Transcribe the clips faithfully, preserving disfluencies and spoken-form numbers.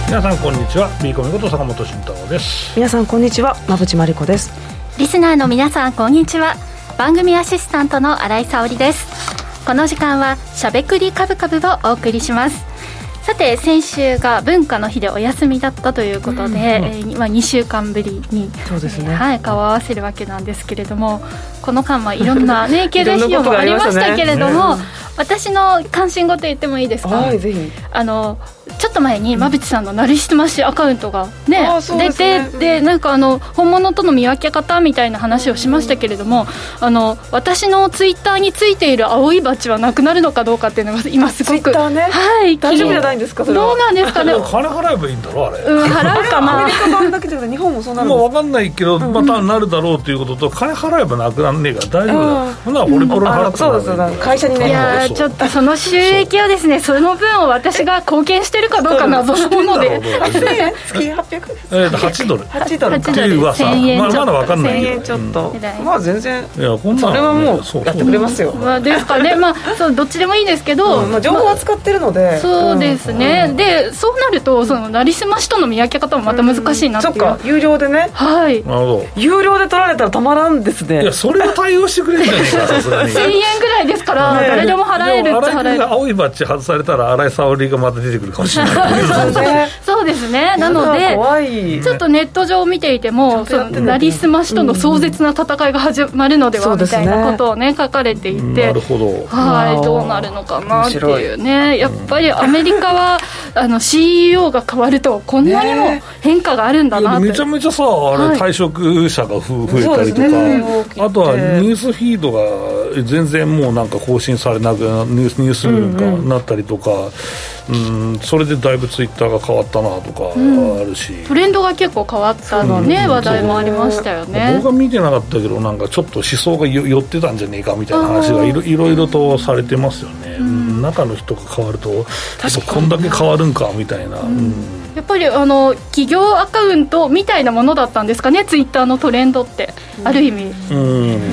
皆さんこんにちは。ビーコミこと坂本慎太郎です。 皆さんこんにちは。馬淵真理子です。 リスナーの皆さんこんにちは。番組アシスタントの新井沙織です。この時間はしゃべくりカブカブをお送りします。さて先週が文化の日でお休みだったということで、うんえーまあ、にしゅうかんぶりにそうですね、 はい、顔を合わせるわけなんですけれども、この間はいろんな、ね、経済費用もありましたけれども、ね、私の関心事言ってもいいですか。 はい、ぜひ。 あのちょっと前に馬淵さんのなりすましアカウントが、ねうんね、 出てでなんかあの本物との見分け方みたいな話をしましたけれども、あの私のツイッターについている青いバッジはなくなるのかどうかっていうのが今すごくツイッターね、 はい、 大丈夫じゃないんですか。それはどうなんですかね。 金払えばいいんだろあれ、 うん、払うかな。 アメリカ版だけじゃなくて日本もそうなるんですか。 もう分かんないけど、うん、またなるだろうということと、金払えばなくなんねえから大丈夫だ。ほんならホリポロ払ってそうですよ、会社にね。 いやちょっとその収益をですね、その分を私が貢献してるかどうか謎のものでせんえん月はっぴゃくです、 えー、はちドルはちドルっていう噂、まあ、まだ分かんないけどせんえんちょっと、うん、まあ全然いやこんなの、ね、 それはもうやってくれますよ。 まあ、ですかね、まあ、そうどっちでもいいんですけど、 うんまあ、情報は使ってるので、まあ、 そうですね、うん、でそうなるとそのなりすましとの見分け方もまた難しいなっていう、 うん、そっか有料でね、 はい、 なるほど、 有料で取られたらたまらんですね。 いやそれは対応してくれるんじゃないかさすがにせんえんぐらいですから、ね、誰でも払えるっちゃ払える。 青いバッジ外されたら新井沙織がまた出てくるかもしれないそうですね。なので怖い、 ちょっとネット上を見ていても、そのなりすましとの壮絶な戦いが始まるのでは、うん、みたいなことをね書かれていて、 なるほど、 はい、どうなるのかなっていうね。やっぱりアメリカはあの シーイーオー が変わるとこんなにも変化があるんだなって、 めちゃめちゃさあれ、はい、退職者が増えたりとか、ね、あとはニュースフィードが全然もうなんか更新されなくなニュースニュースになったりとか、うんうん、それでだいぶツイッターが変わったなとかあるし、うん、 トレンドが結構変わったのね、うん、話題もありましたよね。 僕は見てなかったけどなんかちょっと思想が寄ってたんじゃねえかみたいな話がいろいろいろとされてますよね、うん、中の人が変わるとこんだけ変わるんかみたいな、うんうん、 やっぱりあの企業アカウントみたいなものだったんですかね、ツイッターのトレンドって、うん、ある意味、 うん、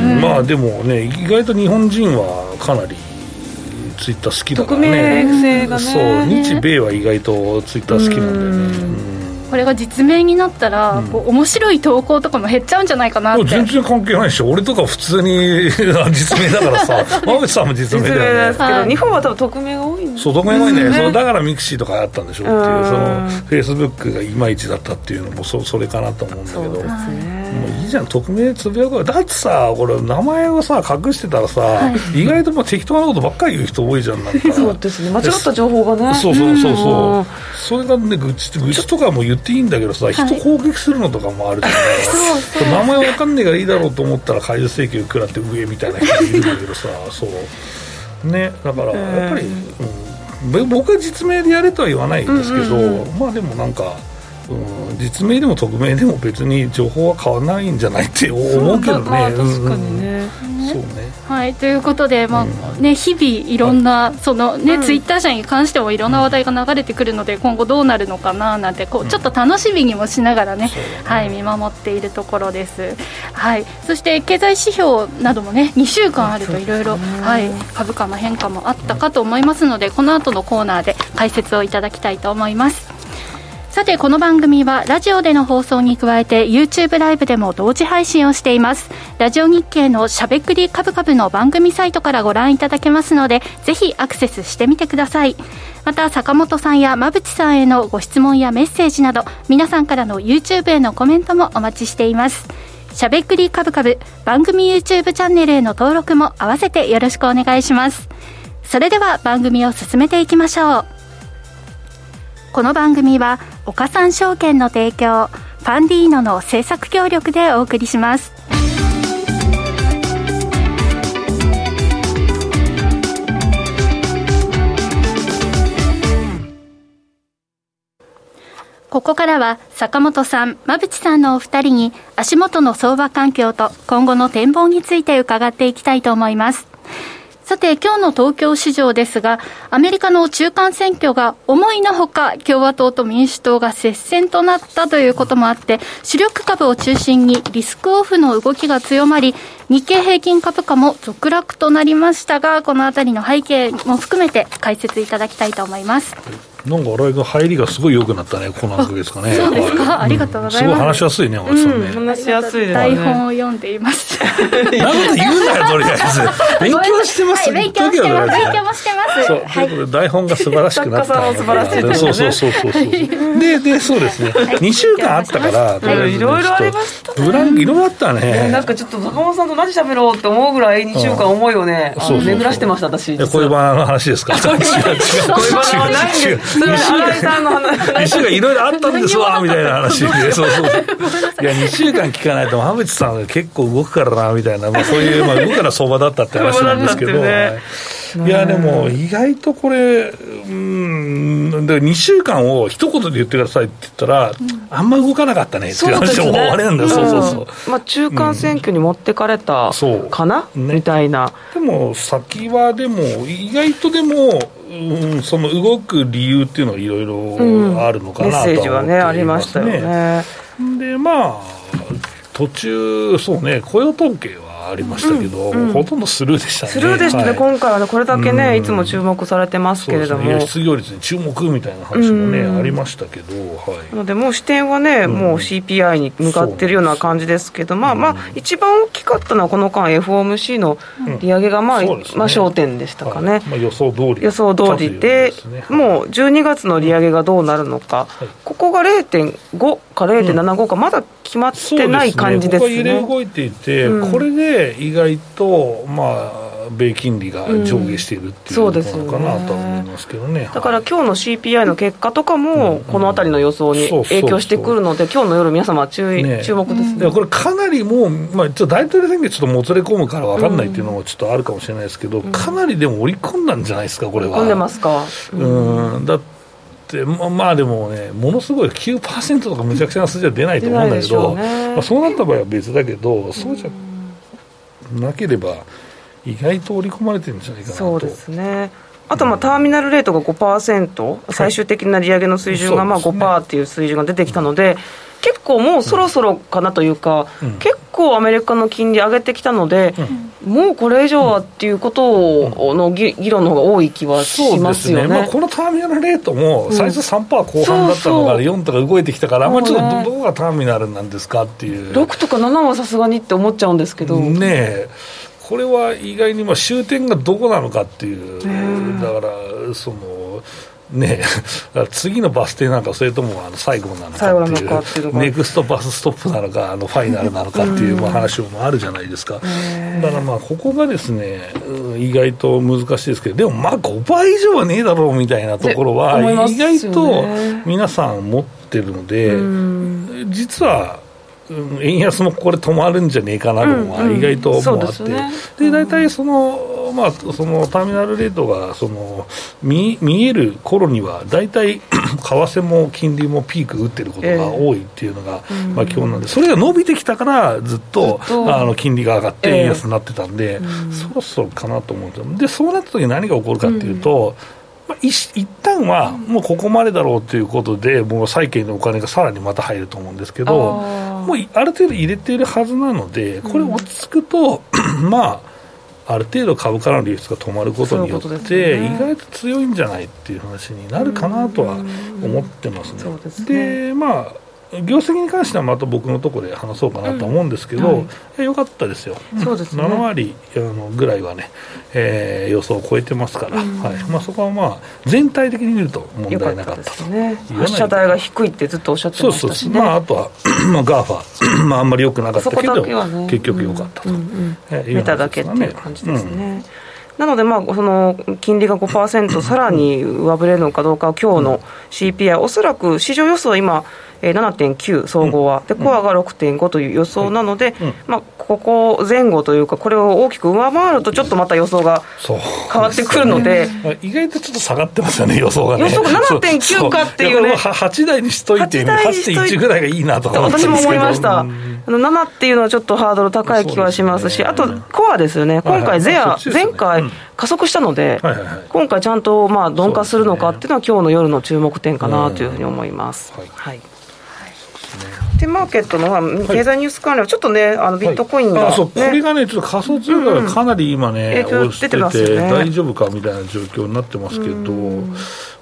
うん、まあでもね意外と日本人はかなりツイッター好きだからね。 匿名性がね、 そう日米は意外とツイッター好きなんだよね、うんこれが実名になったら、うん、こう面白い投稿とかも減っちゃうんじゃないかなって。 全然関係ないでしょ。俺とか普通に実名だからさ馬淵さんも実名だよね。実名ですけど、 はい、日本は多分匿名が多いんです。 そう匿名が多いね、うん、そうだからミクシーとかあったんでしょっていう、そのフェイスブックがいまいちだったっていうのも そ, それかなと思うんだけど、そうですね、もういいじゃん匿名つぶやく。だってさこれ名前をさ隠してたらさ、はい、意外ともう適当なことばっかり言う人多いじゃん。なんかそうですね、間違った情報がね、 そうそうそうそう、うん、それがね愚痴愚痴とかも言っていいんだけどさ、人攻撃するのとかもあるじゃない、はい、名前わかんねえからいいだろうと思ったら開示請求食らって上みたいな人いるんだけどさそうね、だからやっぱり、うん、僕は実名でやれとは言わないんですけど、うんうんうん、まあでもなんか、うん、実名でも匿名でも別に情報は変わらないんじゃないって思うけどね。 まあ、確かにね、 うん、そうね、 はい、ということで、まあうんね、日々いろんなその、ねうん、ツイッター社に関してもいろんな話題が流れてくるので、今後どうなるのかななんてこうちょっと楽しみにもしながら ね,、うんはい、見守っているところです、はい、そして経済指標などもねにしゅうかんあるといろいろ株価の変化もあったかと思いますので、この後のコーナーで解説をいただきたいと思います。さてこの番組はラジオでの放送に加えて YouTube ライブでも同時配信をしています。ラジオ日経のしゃべくりカブカブの番組サイトからご覧いただけますので、ぜひアクセスしてみてください。また坂本さんや馬淵さんへのご質問やメッセージなど皆さんからの YouTube へのコメントもお待ちしています。しゃべくりカブカブ番組 YouTube チャンネルへの登録も合わせてよろしくお願いします。それでは番組を進めていきましょう。この番組は岡三証券の提供、ファンディーノの制作協力でお送りします。ここからは坂本さん、馬淵さんのお二人に足元の相場環境と今後の展望について伺っていきたいと思います。さて今日の東京市場ですが、アメリカの中間選挙が思いのほか共和党と民主党が接戦となったということもあって、主力株を中心にリスクオフの動きが強まり、日経平均株価も続落となりましたが、このあたりの背景も含めて解説いただきたいと思います。 なんか新井君入りがすごい良くなったね、この何ヶ月かね。 そうですか、はい、ありがとうございます。 すごい話しやすいね、松さんね、 うん、話しやすいですね。 台本を読んでいます。 なんか言うなよ、とりあえず。勉強してます。 はい、勉強してます。勉強もしてます。 そう、ということで台本が素晴らしくなった。 作家さんも素晴らしいですね。 ね。 そうそうそうそう。で、で、そうですね。にしゅうかんあったから、 いろいろありましたね。 ブランクいろいろあったね。 なんかちょっと坂本さんと何喋ろうって思うぐらいにしゅうかん思いをね、巡らしてました、私。 恋バナの話ですか。違う違う。 恋バナはないんです。それは新井さんの話。 にしゅうかんいろいろあったんですわみたいな話で、そうそう。いやにしゅうかん聞かないと馬淵さんが結構動くからなみたいな、まあそういうまあ動くから相場だったって話なんですけど、ね、いやでも意外とこれ、うん、でにしゅうかんを一言で言ってくださいって言ったら、うん、あんま動かなかったねっていう話もあれなんだよ。そうそうそう。 まあ中間選挙に持ってかれたかな、うんね、みたいな。 でも先はでも意外とでも。うん、その動く理由っていうのがいろいろあるのかなとは思っていますね、うん、メッセージはねありましたよね。 でまあ途中そうね雇用統計はありましたけど、うんうん、ほとんどスルーでしたね。 スルーでしたね、はい、今回は、ね、これだけね、うん、いつも注目されてますけれども、 そうですね、失業率に注目みたいな話もね、うん、ありましたけど、はい、 なのでもう視点はね、うん、もう シーピーアイ に向かっているような感じですけど、まあまあ、一番大きかったのはこの間 エフオーエムシー の利上げが、まあ、うんね、まあ、焦点でしたかね、はい、まあ、 予想通り予想通りで、もうじゅうにがつの利上げがどうなるのか、はい、ここが ゼロてんご か ゼロてんななご かまだ決まってない感じですね。 ここが揺れ動いていて、うん、これで意外とまあ米金利が上下しているっていうことなのかなとは思いますけどね、うん、 だから今日の シーピーアイ の結果とかもこのあたりの予想に影響してくるので、今日の夜皆様注意、ね、注目ですね。 いやこれかなりもう、まあ、ちょっと大統領選挙ちょっともつれ込むから分かんないっていうのもちょっとあるかもしれないですけど、うん、かなりでも織り込んだんじゃないですかこれは。 織り込んでますか、 うん、うんだってま, まあでもねものすごい きゅうパーセント とかむちゃくちゃな数字は出ないと思うんだけど、ね、まあ、そうなった場合は別だけど、そうじゃなければ意外と織り込まれてるんじゃないかなと。 そうですね。あとまあターミナルレートが ごパーセント、うん、最終的な利上げの水準がまあ ごパーセント っていう水準が出てきたので、結構もうそろそろかなというか、うん、結構アメリカの金利上げてきたので、うん、もうこれ以上はっていうことをの議論の方が多い気はしますよね。 そうですね、まあ、このターミナルレートも最初 さんパーセント 後半だったのがよんとか動いてきたから、うん、あんまりちょっとどこがターミナルなんですかっていう、 ろくとかななはさすがにって思っちゃうんですけどねえ、これは意外にまあ終点がどこなのかっていう、だからそのね、次のバス停なのかそれともあの最後なのかっていう、ネクストバスストップなのかあのファイナルなのかっていうまあ話もあるじゃないですか。だからまあここがですね意外と難しいですけど、でもまあごばい以上はねえだろうみたいなところは意外と皆さん持ってるので、実は円安もこれ止まるんじゃねえかなのが意外ともうあって、で大体その、まあ、そのターミナルレートがその 見, 見える頃には大体為替も金利もピーク打ってることが多いっていうのが、えーまあ、基本なんで、それが伸びてきたからずっとあの金利が上がって円安になってたんで、えー、そろそろかなと思うんですよ。でそうなった時に何が起こるかっていうと、まあ、一, 一旦はもうここまでだろうということでもう債券のお金がさらにまた入ると思うんですけど、もうある程度入れているはずなので、これ落ち着くと、うん、まあある程度株からの流出が止まることによって意外と強いんじゃないっていう話になるかなとは思ってますね。 そうですね。 でまあ業績に関してはまた僕のところで話そうかなと思うんですけど、うんはい、良かったですよ。 そうですね、 ななわりあのぐらいはね、えー、予想を超えてますから、うんはいまあ、そこはまあ全体的に見ると問題なかったと。 良かったですね。発射台が低いってずっとおっしゃってましたしね。 そうそう、まあ、あとは、まあ、ガーファ、まあ、あんまり良くなかったけど、ね、結局良かったと、うんうんえー、メタだけっていう感じですね、うんなので、まあ、その金利が ごパーセント さらに上振れるのかどうか、今日の シーピーアイ、おそらく市場予想は今、ななてんきゅう、総合は、でコアが ろくてんご という予想なので、まあ、ここ前後というか、これを大きく上回ると、ちょっとまた予想が変わってくるので、 ね、意外とちょっと下がってますよね、予想がね。 予想が ななてんきゅう かっていうね、 はちだいにしといて、はちてんいちぐらいがいいなとか思ったんですけど、 私も思いました。あのななっていうのはちょっとハードル高い気はしますし、あとコアですよね、今回、ゼア、前回、加速したので、はいはいはい、今回ちゃんとまあ鈍化するのかっていうのは今日の夜の注目点かなというふうに思います。はいはい、でマーケットの経済ニュース関連はちょっとね、あのビットコインが、ねはい、あそうこれがねちょっと仮想通貨がかなり今ね、うん、 影響出てますよね。 大丈夫かみたいな状況になってますけど、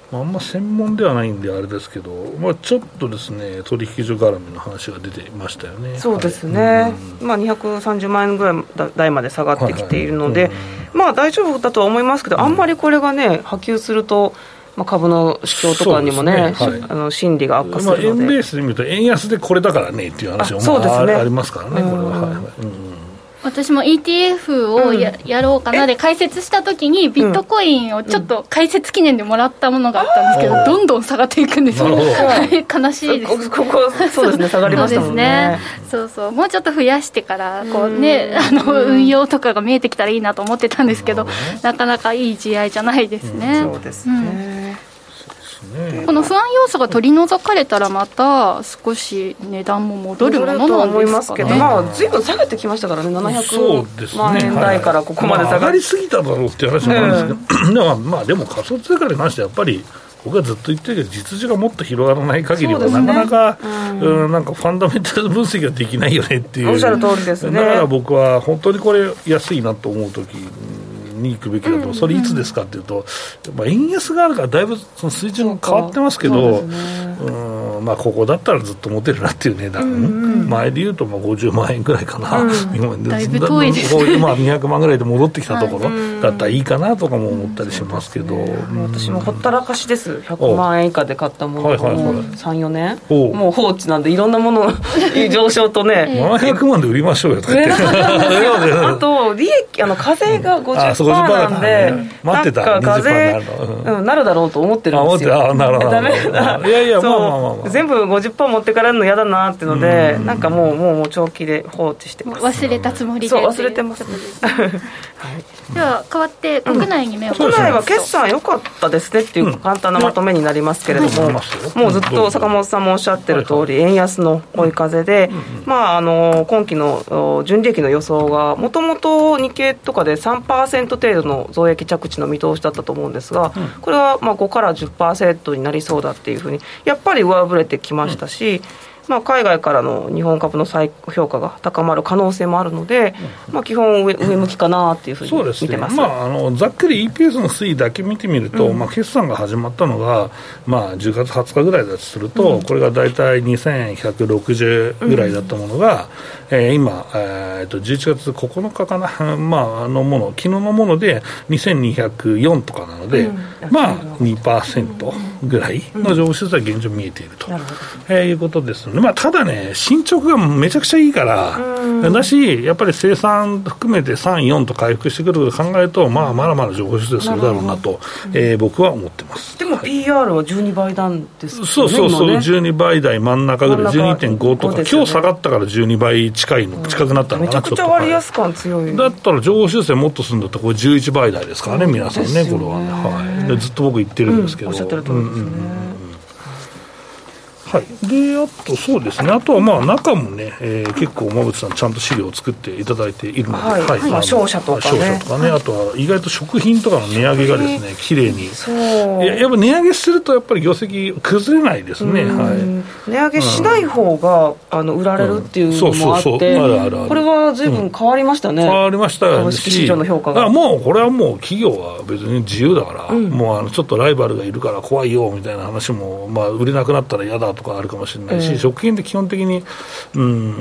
あんま専門ではないんであれですけど、まあ、ちょっとですね取引所絡みの話が出ていましたよね。 そうですね、 はいまあ、にひゃくさんじゅうまんえんぐらい台まで下がってきているので、 はいはいうんまあ、大丈夫だとは思いますけど、あんまりこれがね波及すると、まあ、株の主張とかにも ね, ね、はい、あの心理が悪化するので、 まあ、円ベースで見ると円安でこれだからねっていう話も、まあ、あ, ね、ありますからね、これは、はいはいうん私も イーティーエフ を や,、うん、やろうかなで解説したときにビットコインをちょっと解説記念でもらったものがあったんですけど、うん、どんどん下がっていくんですよ悲しいですここそうですね下がりましたもんねそうそうもうちょっと増やしてからこう、ね、あの運用とかが見えてきたらいいなと思ってたんですけど、なかなかいい地合いじゃないですね、 うん、そうですね、うんこの不安要素が取り除かれたらまた少し値段も戻るものなんですかね。 思いますけど、まあ、随分下げてきましたからね、ななひゃくまんえん台からここまで下が、 まあ、上がりすぎただろうっていう話もあるんですけど、うん、でもまあでも仮想通貨に関してはやっぱり僕はずっと言ってるけど実需がもっと広がらない限りは、ね、なかなか、うんうん、なんかファンダメンタル分析ができないよねっていう。 おっしゃる通りですね。 だから僕は本当にこれ安いなと思うときに行くべきだと、それいつですかっていうと、まあ、円安があるからだいぶその水準変わってますけど、う、ね、うん、まあ、ここだったらずっと持てるなっていう値段、うんうん、前でいうとまあごじゅうまんえんぐらいかな、うん、 だいぶ遠いですね。 まあ、にひゃくまんぐらいで戻ってきたところだったらいいかなとかも思ったりしますけど、うんうん、私もほったらかしです。ひゃくまんえん以下で買ったものがもうさん、よねんもう放置なんで、いろんなものの上昇とねななひゃくまんで売りましょうよとか言ってあと利益、あの課税が ごじゅっパーセントなんで、 待ってたなんか課税うん、なるだろうと思ってるんですよ。 ああなるほど。ダメだ。いやいや、まあまあまあ、まあ、 全部 ごじゅっパーセント 持ってかれるの嫌だなっていうので、んなんかもうもう長期で放置してます。 忘れたつもりで。 そう忘れてます。はい。 では変わって国内に目を向けますと、 うん、 国内は決算良かったですねっていう簡単なまとめになりますけれども、うん、もうずっと坂本さんもおっしゃってる通り円安の追い風で、まああの今期の純利益の予想がもともと日経とかで さんパーセント 程度の増益着地の見通しだったと思うんですが、うん、これはまあごから じゅっパーセント になりそうだっていうふうにやっぱり上振れてきましたし、うんまあ、海外からの日本株の再評価が高まる可能性もあるので、まあ、基本 上, 上向きかなというふうに見てます。 そうですね、まあ、あのざっくり イーピーエス の推移だけ見てみると、うんまあ、決算が始まったのが、まあ、じゅうがつはつかぐらいだとすると、うん、これが大体にせんひゃくろくじゅうぐらいだったものが、うんえー、今、えー、とじゅういちがつここのかかな、まあ、あのもの昨日のものでにせんにひゃくよんとかなので、うんまあ、にパーセントぐらいの上昇率は現状見えていると、うんえー、いうことですので、まあ、ただね進捗がめちゃくちゃいいから、うん、だしやっぱり生産含めてさん、よんと回復してくることを考えると、まあ、まだまだ上昇するだろうなと、なえー、僕は思ってます。 でも ピーアール はじゅうにばいなんですね。 そうそうそう、ね、じゅうにばい台真ん中ぐらい じゅうにてんご とか、ね、今日下がったからじゅうにばい近いの、うん、近くなったのかな。 めちゃくちゃ割安感強い。 だったら上昇修正もっとするんだったらこれじゅういちばい台ですからね、うん、皆さんね、これはね、はい、でずっと僕言ってるんですけど、 うん、おっしゃってる通りですね、うんうんうんはい、であとそうですね、あとはまあ中もね、えー、結構馬渕さんちゃんと資料を作っていただいているので、 はいはいまあ、商社とかね、 商社とかね、はい、あとは意外と食品とかの値上げがですね綺麗に、 そうや, やっぱ値上げするとやっぱり業績崩れないですね、はい、 値上げしない方が、うん、あの売られるっていうのもあって、これは随分変わりましたね、 うん、変わりました株式市場の評価が。 だからもうこれはもう企業は別に自由だから、うん、もうあのちょっとライバルがいるから怖いよみたいな話も、まあ、売れなくなったら嫌だとかあるかもしれないし、うん、食品って基本的に、うん、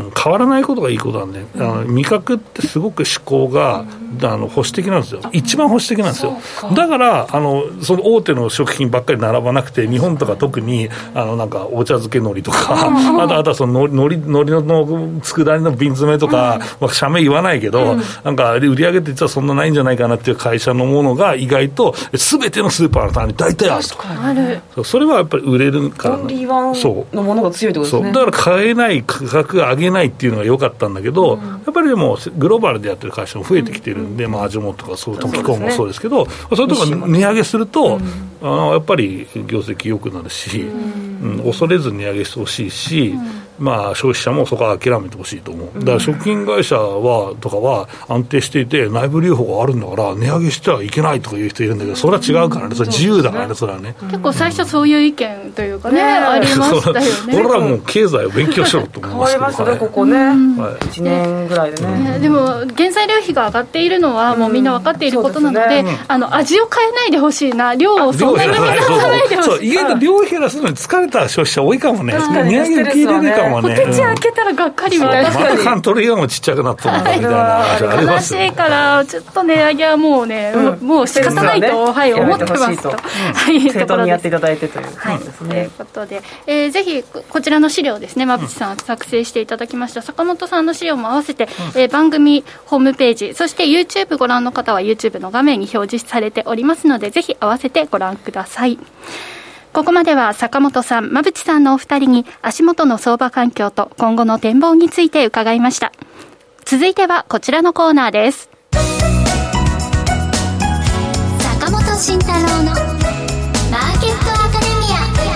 変わらないことがいいことなんで、うん、あの味覚ってすごく思考が、うん、あの保守的なんですよ、一番保守的なんですよ。だからあのその大手の食品ばっかり並ばなくて、日本とか特にあのなんかお茶漬け海苔とか、うん、あとあとはその海苔海苔の佃煮の瓶詰めとか、うんまあ、社名言わないけど、うん、なんか売り上げって実はそんなないんじゃないかなっていう会社のものが意外と全てのスーパーの棚に大体あるとか、 ある。 それはやっぱり売れるから、ね、 オンリーワンのものが強いってことですね。 そうだから買えない価格上げないっていうのが良かったんだけど、うん、やっぱりでもグローバルでやってる会社も増えてきてるんで、うんまあ、味もとかそうトキコンもそうですけど、そういうところが値上げすると、うん、あのやっぱり業績良くなるし、うんうん、恐れず値上げしてほしいし、 まあ、消費者もそこは諦めてほしいと思う。だから食品会社はとかは安定していて内部留保があるんだから値上げしてはいけないとかいう人いるんだけど、それは違うからね、それは自由だからね、それはね。 結構最初そういう意見というかね、ありましたよね。 俺らもう経済を勉強しろと思いますけど。 変わりましたね、ここね、いちねんぐらいでね。 でも原材料費が上がっているのはもうみんな分かっていることなので、あの味を変えないでほしいな、量をそんなに減らさないでほしい。 そう、意外と量減らすのに疲れた消費者多いかもね。値上げ受け入れるかもね。 ポテチ開けたらがっかりみたいな。 またカントリーがもちっちゃくなったのかみたいな話ありますよね。 悲しいからちょっと値上げはもうね、もう仕方ないと、はい、思ってますと、はい、 正当にやっていただいてというはいですね。ということで、えー、ぜひこちらの資料ですね、馬淵さん作成していただきました坂本さんの資料も合わせて、えー、番組ホームページ、そして YouTube ご覧の方は YouTube の画面に表示されておりますので、ぜひ合わせてご覧ください。ここまでは坂本さん、馬淵さんのお二人に足元の相場環境と今後の展望について伺いました。続いてはこちらのコーナーです。 坂本慎太郎のマーケットアカデミ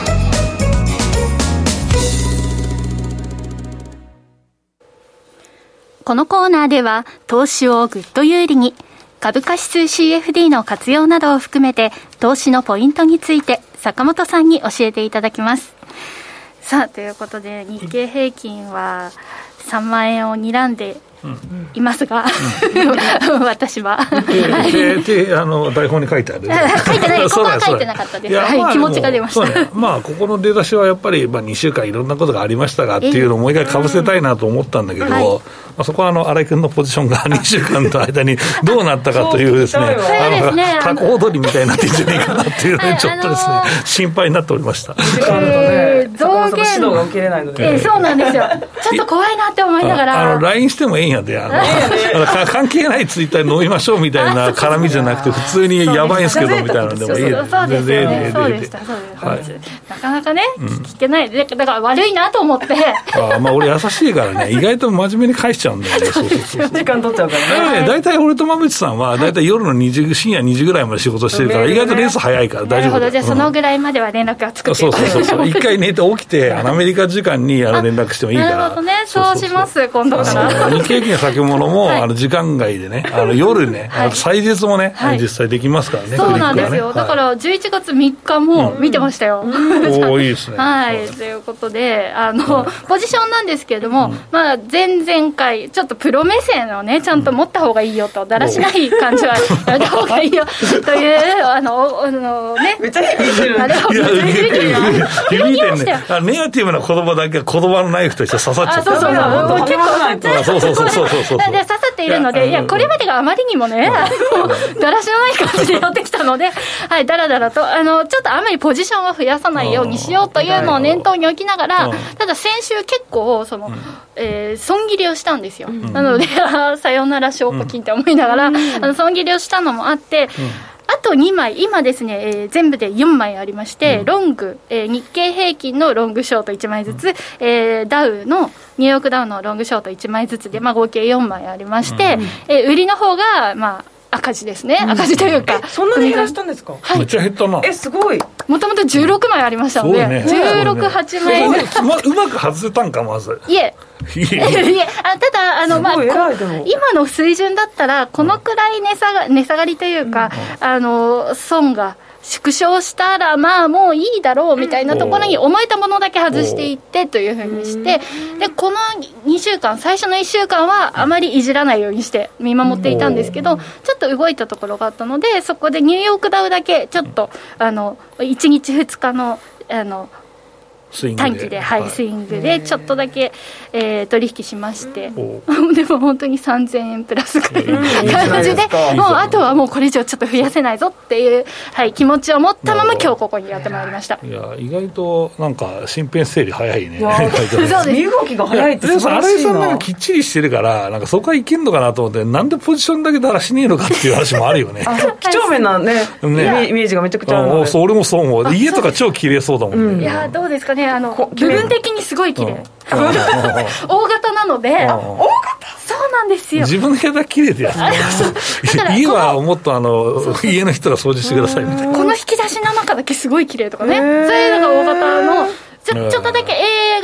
ア。 このコーナーでは投資をぐっと有利に、株価指数 シーエフディー の活用などを含めて投資のポイントについて坂本さんに教えていただきます。さあ、ということで日経平均はさんまん円を睨んでいますが、うん、私はでであの台本に書いてある書いてない、ここは書いてなかったです。はい、まあ、気持ちが出ました。 ね、まあここの出だしはやっぱり、まあ、にしゅうかんいろんなことがありましたがっていうのをもう一回かぶせたいなと思ったんだけど、はい、まあ、そこはあの新井君のポジションがにしゅうかんの間にどうなったかというですね、あのタコ踊りみたいになっているんじゃないかなっていうね、ちょっとですね、あのー、心配になっておりました。 えー、増減指導が受けれないので、 えー、そうなんですよ。ちょっと怖いなって思いながら、 あの ライン してもええんやで、あの関係ないツイッターに飲みましょうみたいな絡みじゃなくて、普通にやばいんですけどみたいなのでもいいです。 そうですね、そうでした、そうです。なかなかね、聞けないで、だから悪いなと思って。 あ、まあ俺優しいからね、意外と真面目に返しちゃうんだよね。そうそうそう、 時間取っちゃうからね。 大体俺と馬淵さんは大体夜のにじ、深夜にじぐらいまで仕事してるから、意外とレース早いから大丈夫だ。なるほど、 じゃあそのぐらいまでは連絡がつくってそうそうそうそう、一回寝て起きてアメリカ時間にあの連絡してもいいから。 なるほどね、そうします、今度から。 日経平均先物もあの時間外でね、あの夜ね、あの祭日もね、実際できますからね。 そうなんですよ。だからじゅういちがつみっかも見てましたよ。 おお、いいですね。 はい、ということで、あのポジションなんですけれども、まあ前々回ちょっとプロ目線をねちゃんと持った方がいいよと、だらしない感じはやめた方がいいよというあのあのね、 めっちゃ響いてる。 あれを響いてる。 響いてるね。ネガティブな言葉だけ言葉のナイフとして刺さっちゃった。 そうそうそう。結構そうそうそうそうそう。 で刺さっているので、いやこれまでがあまりにもね、あのだらしのない感じでやってきたので、はい、だらだらとあのちょっとあまりポジションを増やさないようにしようというのを念頭に置きながら、ただ先週結構その、うん、えー、損切りをしたんですよ。うん、なのでさよなら証拠金って思いながら、うん、あの損切りをしたのもあって。うん、あとにまい、今ですね、えー、全部でよんまいありまして、うん、ロング、えー、日経平均のロングショートいちまいずつ、うん、えー、ダウのニューヨークダウのロングショートいちまいずつで、まあ、合計よんまいありまして、うん、えー、売りの方が、まあ、赤字ですね、うん、赤字というか。 そんなに減らしたんですか？ はい、めっちゃ減ったな。 え、すごい。 もともとじゅうろくまいありましたので、ね、じゅうろく、はちまい、 ね、まうまく外せたんか、まず。 いえいえあただあの、まあ、今の水準だったらこのくらい値下が、値下がりというか、うん、あの損が縮小したらまあもういいだろうみたいなところに思えたものだけ外していってというふうにして、でこのにしゅうかん、最初のいっしゅうかんはあまりいじらないようにして見守っていたんですけど、ちょっと動いたところがあったので、そこでニューヨークダウだけちょっとあのいちにちふつかのあの短期で、はい、スイングでちょっとだけ、えー、取引しまして、でも本当にさんぜんえんプラスぐらいの感じで、もうあとはもうこれ以上ちょっと増やせないぞっていう、はい、気持ちを持ったまま今日ここにやってまいりました。 いや意外となんか身辺整理早いね。 そうです。身動きが早いって素晴らしいな。 新井さんなんかきっちりしてるからなんかそこはいけんのかなと思って、なんでポジションだけだらしねえのかっていう話もあるよね。 几帳面なね、ねイメージがめちゃくちゃあるので。 俺もそう思う。家とか超綺麗そうだもんね。 うん、いやどうですかね、あの部分的にすごい綺麗、大型なので。大型、そうなんですよ。 自分の部屋綺麗でやる家はもっとあの家の人が掃除してくださいみたいな。 この引き出しの中だけすごい綺麗とかね、そういうのが大型のちょ, ちょっとだけ A 型っぽい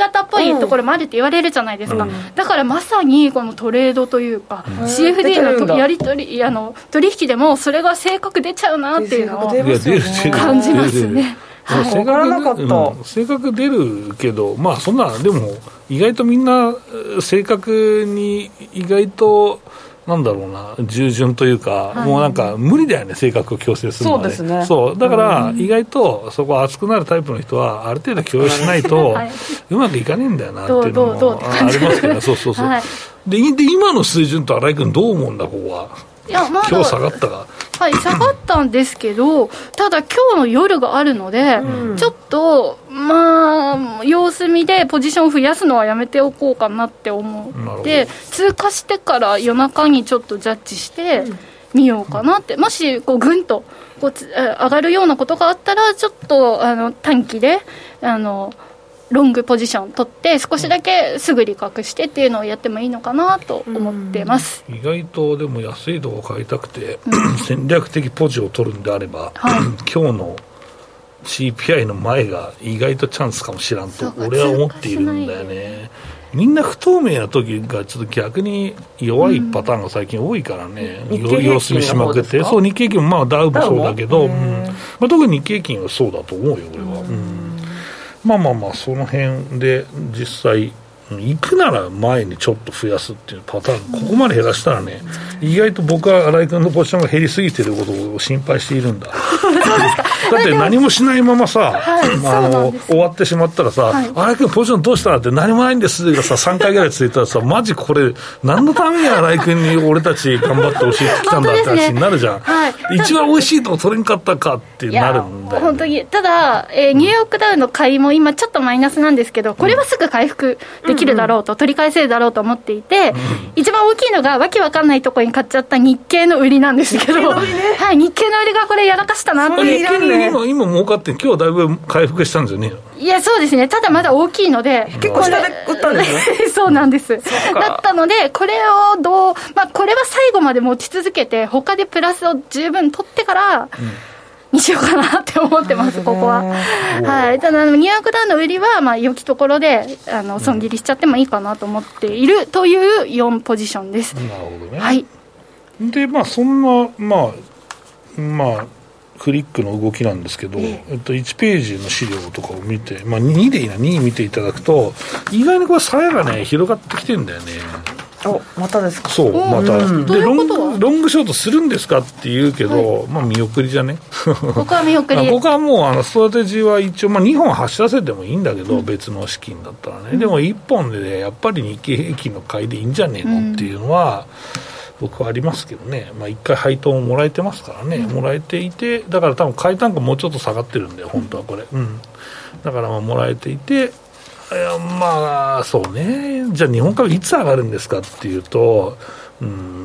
ないところもあるって言われるじゃないですか、うん、だからまさにこのトレードというか、うん、シーエフディー のやり取りあの取引でもそれが性格出ちゃうなっていうのを感じますね。 はい、性格、うん、性格出るけど、まあそんなでも意外とみんな性格に意外となんだろうな従順というか、はい、もうなんか無理だよね性格を強制するのは、ね、そうですね。そうだから意外とそこ熱くなるタイプの人はある程度許容しないと、はい、うまくいかねえんだよなっていうのもありますけど、そうそうそう、はい、で, で今の水準と新井君どう思うんだここは。いやまだ今日下がったか、 はい、下がったんですけどただ今日の夜があるので、うん、ちょっとまあ様子見でポジションを増やすのはやめておこうかなって思って通過してから夜中にちょっとジャッジしてみようかなって、うん、もしこうぐんとこう上がるようなことがあったらちょっとあの短期であのロングポジション取って少しだけすぐ利確してっていうのをやってもいいのかなと思ってます、 うん、意外とでも安いとこ買いたくて、うん、戦略的ポジを取るんであれば、はい、今日の シーピーアイ の前が意外とチャンスかもしらんと俺は思っているんだよね。みんな不透明な時がちょっと逆に弱いパターンが最近多いからね、うん、様子見しまくってそう日経平均もまあダウもそうだけど、うんまあ、特に日経平均はそうだと思うよ俺は、うんまあまあまあその辺で実際行くなら前にちょっと増やすっていうパターンここまで減らしたらね意外と僕は新井君のポジションが減りすぎていることを心配しているんだだって何もしないままさ、はい、あの終わってしまったらさ、はい、新井君ポジションどうしたらって何もないんですがささんかいぐらい続いたらさマジこれ何のために新井君に俺たち頑張って教えてきたんだって話になるじゃん、はい、一番美味しいとこ取れんかったかってなるんだよ、ね、 本当にただ、えー、ニューヨークダウの買いも今ちょっとマイナスなんですけどこれはすぐ回復できるだろうと、うんうん、取り返せるだろうと思っていて、うん、一番大きいのがわけわかんないところに買っちゃった日経の売りなんですけど、ねはい、日経の売りがこれやらかしたなっていう。 今今儲かって今日だいぶ回復したんですよね。 いやそうですねただまだ大きいので結構下で売ったんですねそうなんですだったのでこれをどう、まあ、これは最後まで持ち続けて他でプラスを十分取ってから、うんにしようかなって思ってますここは、はい、ただニューヨークダウの売りはまあ良きところであの損切りしちゃってもいいかなと思っているというよんポジションです。 なるほどね、 はい、 でまあそんなまあまあクリックの動きなんですけど、えっと、いちページの資料とかを見て、まあ、にでいいなに見ていただくと意外にこれさやがね広がってきてるんだよね。 おまたですか。 そうまた、うん、でロングロングショートするんですかって言うけど、はい、まあ見送りじゃね僕は見送り僕はもうあのストラテジーは一応、まあ、にほん走らせてもいいんだけど、うん、別の資金だったらね、うん、でもいっぽんで、ね、やっぱり日経平均の買いでいいんじゃねえのっていうのは、うん、僕はありますけどね、まあ、いっかい配当ももらえてますからね、うん、もらえていてだから多分買い単価もうちょっと下がってるんだよ本当はこれ、うん、だからまあもらえていていやまあそうねじゃあ日本株いつ上がるんですかっていうと、うん、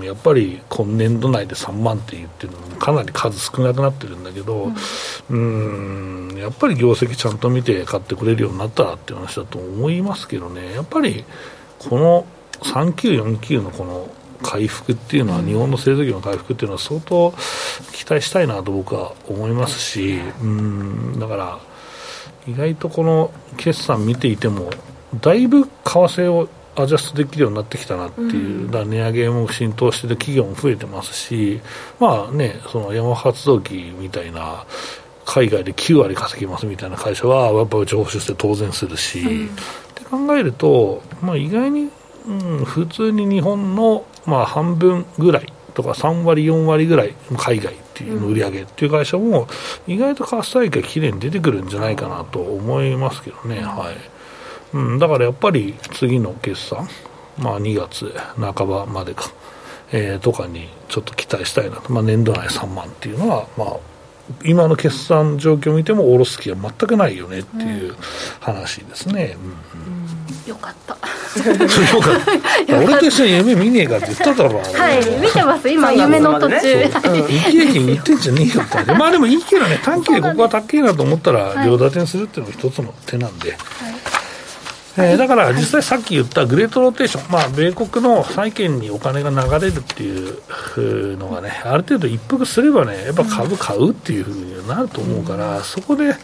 やっぱり今年度内でさんまんって言ってるのもかなり数少なくなってるんだけど、うん、うんやっぱり業績ちゃんと見て買ってくれるようになったらっていう話だと思いますけどねやっぱりこのさんきゅうよんきゅうのこの回復っていうのは日本の製造業の回復っていうのは相当期待したいなと僕は思いますしうんだから意外とこの決算見ていてもだいぶ為替をアジャストできるようになってきたなっていう、うん、だ値上げも浸透してて企業も増えてますしまあねその山発動機みたいな海外できゅうわり稼ぎますみたいな会社はやっぱり情報出世当然するし、うん、って考えると、まあ、意外に、うん、普通に日本の、まあ、半分ぐらいとかさんわりよんわりぐらい海外っていうの売り上げっていう会社も意外とカス大会きれいに出てくるんじゃないかなと思いますけどね、はいうん、だからやっぱり次の決算、まあ、にがつなかばまでか、えー、とかにちょっと期待したいなと、まあ、年度内さんまんっていうのは、まあ、今の決算状況を見ても下ろす気は全くないよねっていう話ですね、うんうんうん、よかったよかった俺と一緒に夢見ねえかって言っただろはい見てます今夢の途中日経平均言ってんじゃねえよってまあでもいいけどね短期でここは高いなと思ったら両立てにするっていうのが一つの手なんで、はいえー、だから実際さっき言ったグレートローテーション、まあ、米国の債券にお金が流れるっていうのがねある程度一服すればねやっぱ株買うっていうふうになると思うから、うん、そこで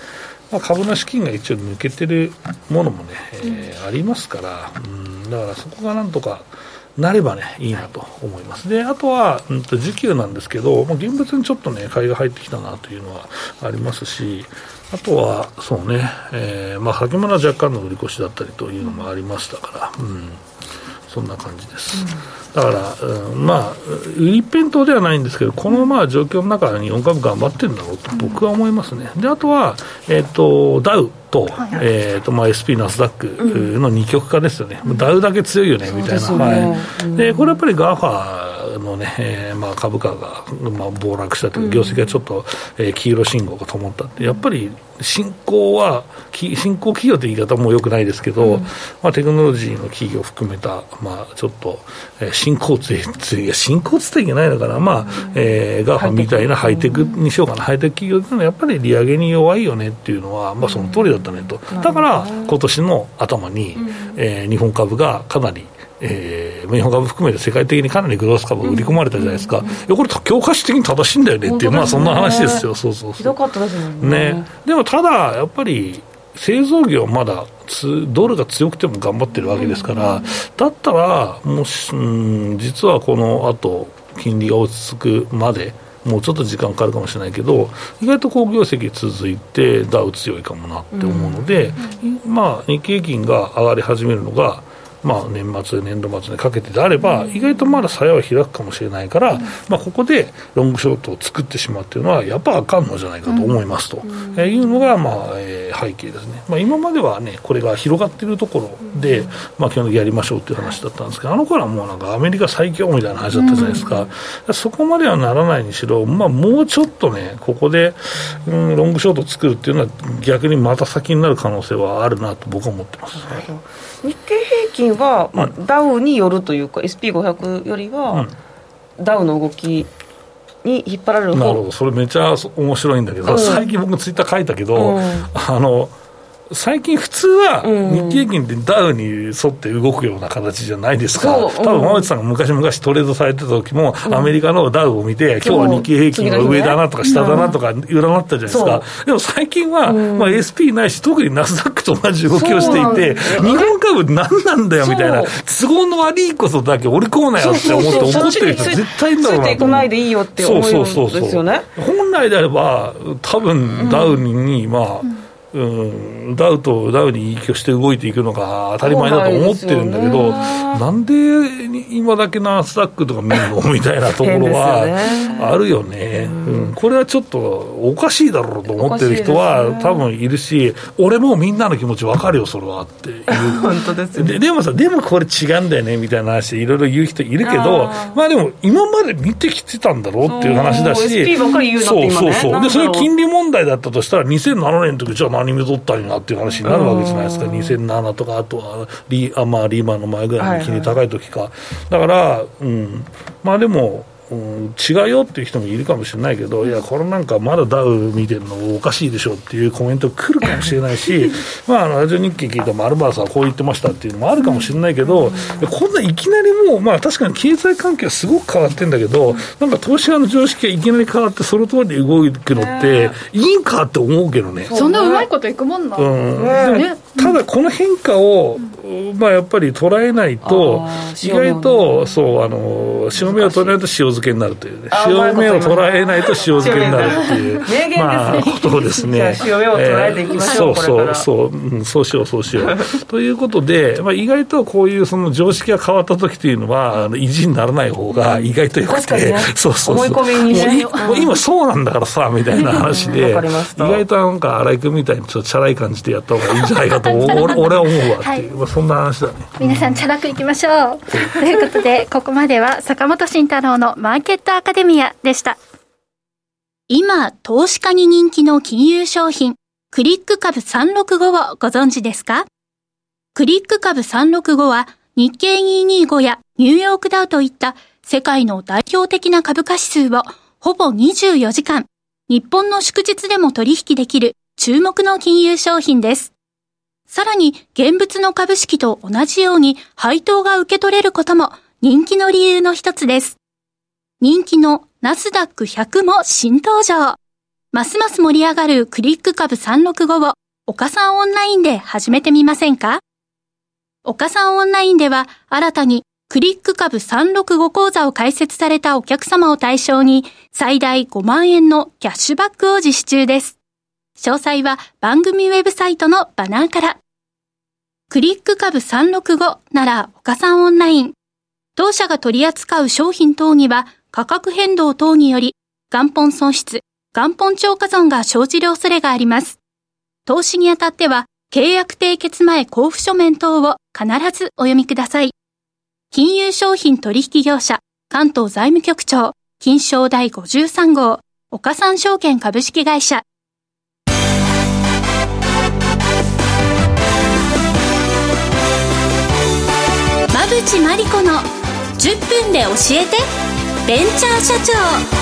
まあ、株の資金が一応抜けてるものもね、えー、ありますから、うん、だからそこがなんとかなればねいいなと思います。であとは、うん、と需給なんですけど、まあ、現物にちょっとね買いが入ってきたなというのはありますし、あとはそうね、えーまあ、先物は若干の売り越しだったりというのもありましたから、うん、そんな感じです、うん、だから、うん、まあ売り一辺倒ではないんですけど、このまあ状況の中に日本株頑張ってるんだろうと僕は思いますね。であとは、えー、とダウと、はいえーとまあ、エスピー ナスダックの二極化ですよね、うん、ダウだけ強いよねみたいな、ねはいうん、でこれやっぱり ガーファ の、ねえーまあ、株価が、まあ、暴落したという業績がちょっと、うんえー、黄色信号が灯ったって、やっぱり新興は新興企業って言い方もよくないですけど、うんまあ、テクノロジーの企業を含めた、まあ、ちょっと、えー、新興つい新興つっていけないのかな、まあえー、ガーファ みたいなハイテクにしようかな、ハイテク企業っていうのはやっぱり利上げに弱いよねっていうのは、まあ、その通りだったねと。だから今年の頭に、うんえー、日本株がかなりえー、日本株含めて世界的にかなりグロース株が売り込まれたじゃないですか、うんうんうん、いやこれ教科書的に正しいんだよねっていう、まあそんな話ですよ。そうそうそう、 ひどかったですもんね。 ね、でもただやっぱり製造業まだドルが強くても頑張ってるわけですから、うんうん、だったらもし、うん、実はこの後金利が落ち着くまでもうちょっと時間かかるかもしれないけど、意外と好業績続いてダウ強いかもなって思うので、うんうん、まあ日経平均が上がり始めるのがまあ、年末年度末にかけてであれば、うん、意外とまだ鞘は開くかもしれないから、うんまあ、ここでロングショートを作ってしまうというのはやっぱあかんのじゃないかと思いますと、うんえー、いうのが、まあえー、背景ですね。まあ、今まではねこれが広がっているところで、うんまあ、基本的にやりましょうという話だったんですけど、あの頃はもうなんかアメリカ最強みたいな話だったじゃないですか、うん、そこまではならないにしろ、まあ、もうちょっとねここで、うん、ロングショートを作るっていうのは逆にまた先になる可能性はあるなと僕は思ってます。はい日経平均は、まあ、ダウによるというか エスピーごひゃく よりは、うん、ダウの動きに引っ張られる方。 なるほど、それめっちゃ面白いんだけど、うん、最近僕ツイッター書いたけど、うん、あの最近普通は日経平均ってダウに沿って動くような形じゃないですか、うん、多分馬内さんが昔々トレードされてた時も、うん、アメリカのダウを見て、今日は日経平均は上だなとか下だなとか占ったじゃないですか、うん、でも最近は、うんまあ、エスピー ないし特にナスダックと同じ動きをしていて、日本株何なんだよみたいな、都合の悪いことだけ織り込むなよって思って怒ってる人絶対いるんだろうなと。ついていかないでいいよって思うんですよね。本来であれば多分ダウに、まあ、うんうん、ダウとダウに影響して動いていくのが当たり前だと思ってるんだけど、なんで今だけナスダックとか見るのみたいなところはあるよね、うん、これはちょっとおかしいだろうと思ってる人は多分いるし、俺もみんなの気持ち分かるよそれはっていう本当ですよね。 で, でもさでもこれ違うんだよねみたいな話でいろいろ言う人いるけど、あまあでも今まで見てきてたんだろうっていう話だし、 エスピー ばっかり言うなって今ね。 そうそうそう、でそれ金利問題だったとしたらにせんななねんの時じゃあ何見とったりなっていう話になるわけじゃないですか。にせんななとかあとはリー、あ、まあ、リーマンの前ぐらいの金利高い時か、はいはい、だから、うん、まあでもうん、違うよっていう人もいるかもしれないけど、いやこれなんかまだダウ見てるのおかしいでしょっていうコメント来るかもしれないしまああのラジオ日経聞いた丸原さんはこう言ってましたっていうのもあるかもしれないけど、こんないきなりもう、まあ確かに経済環境はすごく変わってるんだけど、なんか投資家の常識がいきなり変わってその通りで動くのっていいんかって思うけどね。 そんなうまいこといくもんな、うんね、ただこの変化を、まあ、やっぱり捉えないと意外とそうあの潮目を捉えないと塩漬けになるというね、潮目を捉えないと塩漬けになるっていうまあことですね。 潮目を捉えていきましょう、えー、 そうそうそう、うん、そうしようそうしようということで、まあ、意外とこういうその常識が変わった時というのはあの意地にならない方が意外とよくて、ね、そうそうそう、思い込みにね、もう今そうなんだからさみたいな話で意外となんか荒井君みたいにちょっとチャラい感じでやった方がいいんじゃないかと俺, 俺は思うわっていう、はい、まあ、そんな話だね。 皆さんチャラくいきましょうということでここまでは坂本慎太郎のマーケットアカデミアでした。今投資家に人気の金融商品クリック株さんろくごをご存知ですか？クリック株さんろくごは日経にひゃくにじゅうごやニューヨークダウといった世界の代表的な株価指数をほぼにじゅうよじかん日本の祝日でも取引できる注目の金融商品です。さらに現物の株式と同じように配当が受け取れることも人気の理由の一つです。人気のナスダックひゃくも新登場。 ますます盛り上がるクリック株さんろくごを岡さんオンラインで始めてみませんか？岡さんオンラインでは新たにクリック株さんろくご講座を開設されたお客様を対象に最大ごまんえんのキャッシュバックを実施中です。詳細は番組ウェブサイトのバナーから。クリック株さんろくごなら岡さんオンライン。当社が取り扱う商品等には価格変動等により元本損失、元本超過損が生じる恐れがあります。投資にあたっては契約締結前交付書面等を必ずお読みください。金融商品取引業者関東財務局長金商第ごじゅうさん号岡三証券株式会社。馬淵真理子のじゅっぷんで教えてベンチャー社長。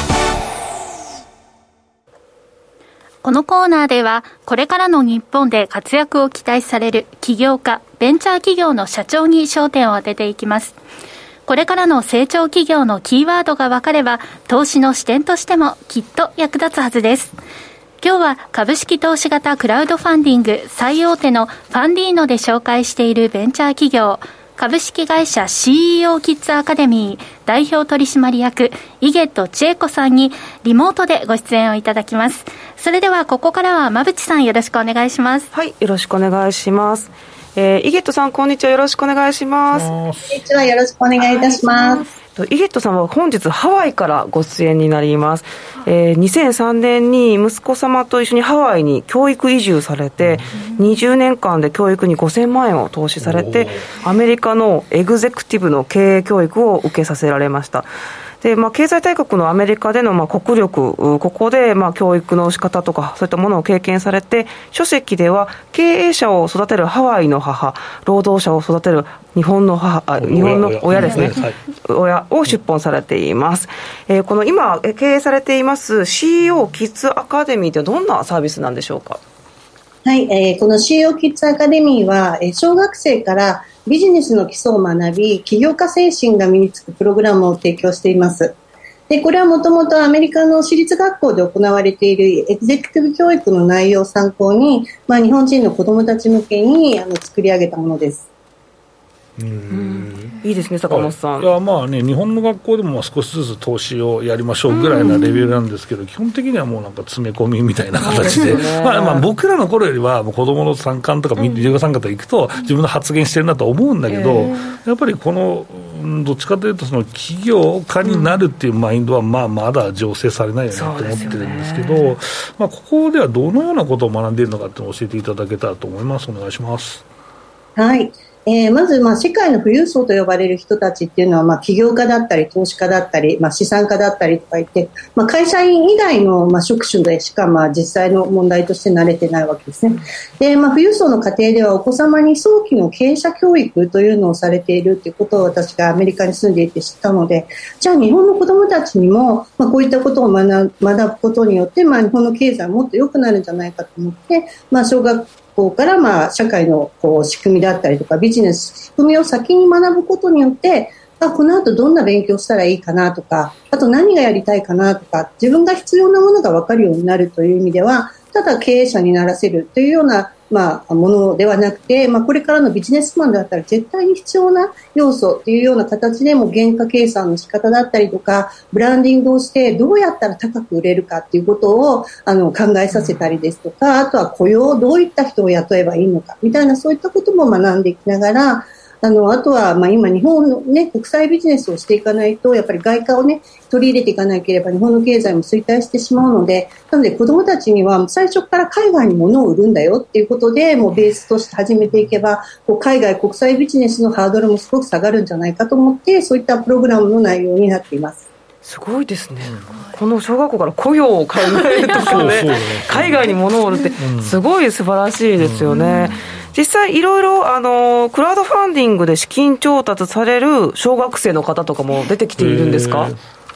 このコーナーではこれからの日本で活躍を期待される起業家、ベンチャー企業の社長に焦点を当てていきます。これからの成長企業のキーワードが分かれば投資の視点としてもきっと役立つはずです。今日は株式投資型クラウドファンディング最大手のファンディーノで紹介しているベンチャー企業株式会社 シーイーオー キッズアカデミー代表取締役井桁千恵子さんにリモートでご出演をいただきます。それではここからは馬淵さんよろしくお願いします。 はい、よろしくお願いします。えー、井桁さんこんにちは、よろしくお願いします。 こんにちは、よろしくお願いいたします。 井桁さんは本日ハワイからご出演になります。えー、にせんさんねんに息子様と一緒にハワイに教育移住されて、うん、にじゅうねんかんで教育にごせんまんえんを投資されてアメリカのエグゼクティブの経営教育を受けさせられました。で、まあ、経済大国のアメリカでのまあ国力、ここでまあ教育の仕方とかそういったものを経験されて、書籍では経営者を育てるハワイの母、労働者を育てる日本の母、あ日本の親ですね、はい、親を出版されています。えー、この今経営されています シーイーオー キッズアカデミーってどんなサービスなんでしょうか？ はい、えー、この シーイーオー キッズアカデミーは、えー、小学生からビジネスの基礎を学び、起業家精神が身につくプログラムを提供しています。で、これはもともとアメリカの私立学校で行われているエグゼクティブ教育の内容を参考に、まあ、日本人の子どもたち向けにあの作り上げたものです。 うーん、いいですね、坂本さん。 いや、まあね、日本の学校でも少しずつ投資をやりましょうぐらいなレベルなんですけど、基本的にはもうなんか詰め込みみたいな形で、でまあ、まあ僕らの頃よりはもう子どもの参観とか授業参観とか行くと自分の発言してるなと思うんだけど、うん、やっぱりこのどっちかというとその起業家になるっていうマインドはまあまだ醸成されないよねと思ってるんですけど、まあ、ここではどのようなことを学んでいるのかっていうのを教えていただけたらと思います。お願いします。 はい。えー、まず、まあ、世界の富裕層と呼ばれる人たちっていうのは、まあ、起業家だったり、投資家だったり、まあ、資産家だったりとか言って、まあ、会社員以外の、まあ、職種でしか、まあ、実際の問題として慣れてないわけですね。で、まあ、富裕層の家庭では、お子様に早期の経営者教育というのをされているということを私がアメリカに住んでいて知ったので、じゃあ、日本の子供たちにも、まあ、こういったことを学ぶ、学ぶことによって、まあ、日本の経済はもっと良くなるんじゃないかと思って、まあ、小学ここからまあ社会のこう仕組みだったりとかビジネス仕組みを先に学ぶことによってあこの後どんな勉強したらいいかなとかあと何がやりたいかなとか自分が必要なものが分かるようになるという意味ではただ経営者にならせるというようなまあ、ものではなくて、まあ、これからのビジネスマンだったら絶対に必要な要素というような形でも原価計算の仕方だったりとかブランディングをしてどうやったら高く売れるかということをあの考えさせたりですとかあとは雇用どういった人を雇えばいいのかみたいなそういったことも学んでいきながらあのあとはまあ今日本の、ね、国際ビジネスをしていかないとやっぱり外貨を、ね、取り入れていかなければ日本の経済も衰退してしまうのでなので子どもたちには最初から海外に物を売るんだよっていうことでもうベースとして始めていけばこう海外国際ビジネスのハードルもすごく下がるんじゃないかと思ってそういったプログラムの内容になっています。 すごいですね、うん、この小学校から雇用を考えるとかね海外に物を売るってすごい素晴らしいですよね、うん、実際いろいろあのクラウドファンディングで資金調達される小学生の方とかも出てきているんですか？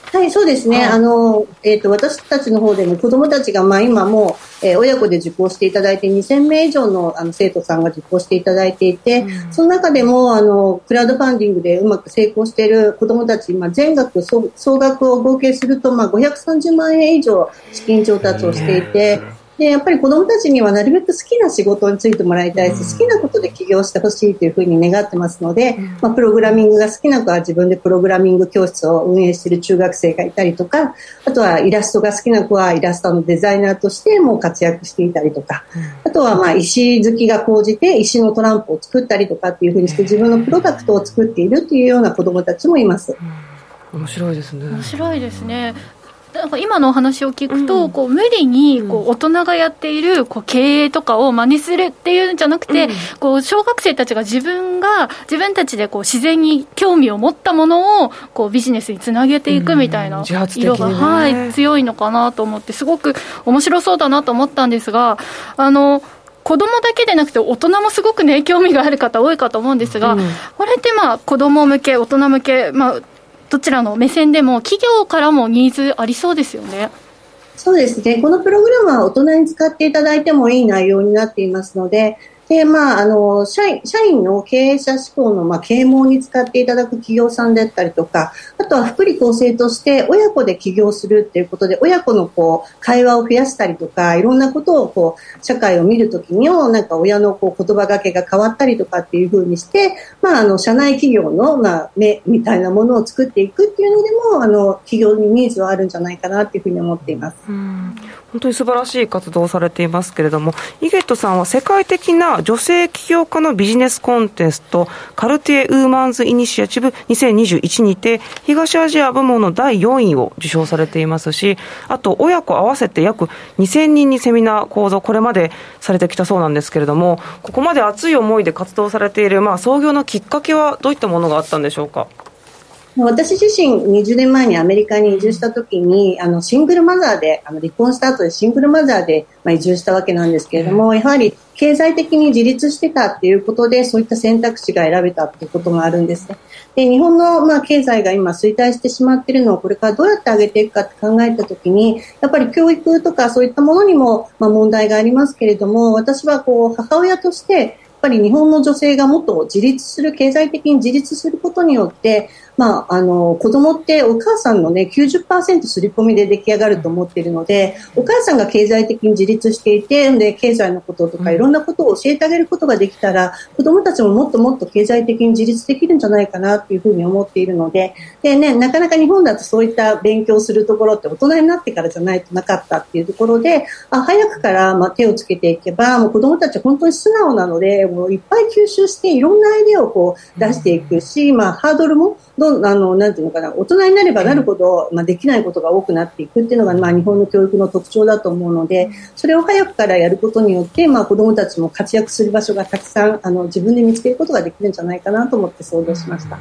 はい、そうですね。あの、えっと、私たちの方でも子どもたちが、まあ、今もう、えー、親子で受講していただいてにせんめい以上の、あの生徒さんが受講していただいていて、うん、その中でもあのクラウドファンディングでうまく成功している子どもたち、まあ、全額 総, 総額を合計すると、まあ、ごひゃくさんじゅうまんえん以上資金調達をしていて、でやっぱり子どもたちにはなるべく好きな仕事に就いてもらいたいし、好きなことで起業してほしいというふうに願ってますので、まあ、プログラミングが好きな子は自分でプログラミング教室を運営している中学生がいたりとか、あとはイラストが好きな子はイラストのデザイナーとしても活躍していたりとか、あとはまあ石好きが高じて石のトランプを作ったりとかっていうふうにして自分のプロダクトを作っているというような子どもたちもいます。 面白いですね。 面白いですね。なんか今のお話を聞くと、うん、こう無理にこう大人がやっているこう経営とかを真似するっていうんじゃなくて、うん、こう小学生たちが自分が自分たちでこう自然に興味を持ったものをこうビジネスにつなげていくみたいな色が、うんねはい、強いのかなと思って、すごく面白そうだなと思ったんですが、あの子供だけでなくて大人もすごくね興味がある方多いかと思うんですが、うん、これってまあ子供向け大人向け、まあどちらの目線でも企業からもニーズありそうですよね。 そうですね。このプログラムは大人に使っていただいてもいい内容になっていますので、でまあ、あの社員、社員の経営者志向の、まあ、啓蒙に使っていただく企業さんだったりとか、あとは福利厚生として親子で起業するということで親子のこう会話を増やしたりとか、いろんなことをこう社会を見るときになんか親のこう言葉がけが変わったりとかっていうふうにして、まあ、あの社内企業の、まあ、目みたいなものを作っていくっていうのでもあの企業にニーズはあるんじゃないかなというふうに思っています。 うん本当に素晴らしい活動をされていますけれども、イゲットさんは世界的な女性起業家のビジネスコンテストカルティエウーマンズイニシアチブにせんにじゅういちにて東アジア部門のだいよんいを受賞されていますし、あと親子合わせて約にせんにんにセミナー講座これまでされてきたそうなんですけれども、ここまで熱い思いで活動されている、まあ、創業のきっかけはどういったものがあったんでしょうか。 私自身にじゅうねんまえにアメリカに移住した時にあのシングルマザーであの離婚した後でシングルマザーで、まあ、移住したわけなんですけれども、やはり経済的に自立してたっていうことでそういった選択肢が選べたっていうことがあるんですね。で日本の、まあ、経済が今衰退してしまっているのをこれからどうやって上げていくかって考えた時にやっぱり教育とかそういったものにも、まあ、問題がありますけれども、私はこう母親としてやっぱり日本の女性がもっと自立する経済的に自立することによってまあ、あの子供ってお母さんの、ね、きゅうじゅっパーセント 刷り込みで出来上がると思っているので、お母さんが経済的に自立していてで経済のこととかいろんなことを教えてあげることができたら、子供たちももっともっと経済的に自立できるんじゃないかなというふうに思っているので、で、ね、なかなか日本だとそういった勉強するところって大人になってからじゃないとなかったっていうところで、あ早くから、まあ、手をつけていけばもう子供たち本当に素直なのでもういっぱい吸収していろんなアイデアをこう出していくし、まあ、ハードルもどんあのなんていうのかな、大人になればなるほど、まあ、できないことが多くなっていくっていうのが、まあ、日本の教育の特徴だと思うので、それを早くからやることによって、まあ、子どもたちも活躍する場所がたくさんあの自分で見つけることができるんじゃないかなと思って想像しました。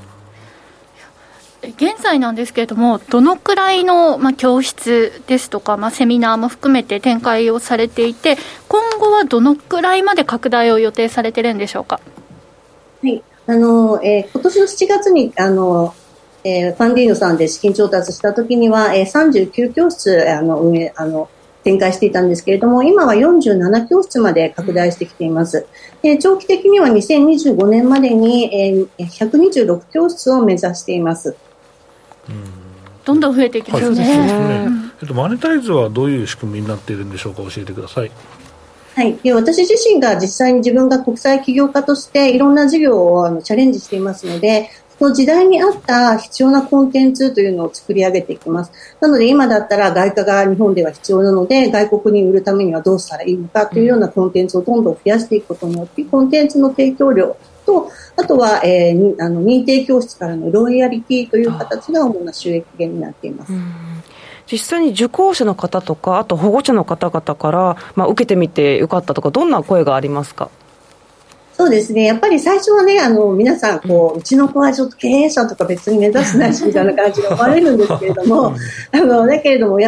現在なんですけれども、どのくらいの、まあ、教室ですとか、まあ、セミナーも含めて展開をされていて、今後はどのくらいまで拡大を予定されているんでしょうか。 はいあのえー、今年のしちがつにあの、えー、ファンディーノさんで資金調達した時には、えー、さんじゅうきゅうきょうしつあの運営あの展開していたんですけれども、今はよんじゅうななきょうしつまで拡大してきています。で長期的にはにせんにじゅうごねんまでに、えー、ひゃくにじゅうろくきょうしつを目指しています。 うんどんどん増えていきますね。 はいねえっと、マネタイズはどういう仕組みになっているんでしょうか。教えてください。 はい、で私自身が実際に自分が国際起業家としていろんな事業をあのチャレンジしていますので、その時代に合った必要なコンテンツというのを作り上げていきます。なので今だったら外貨が日本では必要なので外国に売るためにはどうしたらいいのかというようなコンテンツをどんどん増やしていくことによってコンテンツの提供量とあとは、えー、あの認定教室からのロイヤリティという形が主な収益源になっています。 実際に受講者の方とかあと保護者の方々から、まあ、受けてみてよかったとかどんな声がありますか。 そうですね、やっぱり最初はねあの皆さんこう、うん、うちの子はちょっと経営者とか別に目指してないしみたいな感じで思われるんですけれどもあのだけれどもやっぱり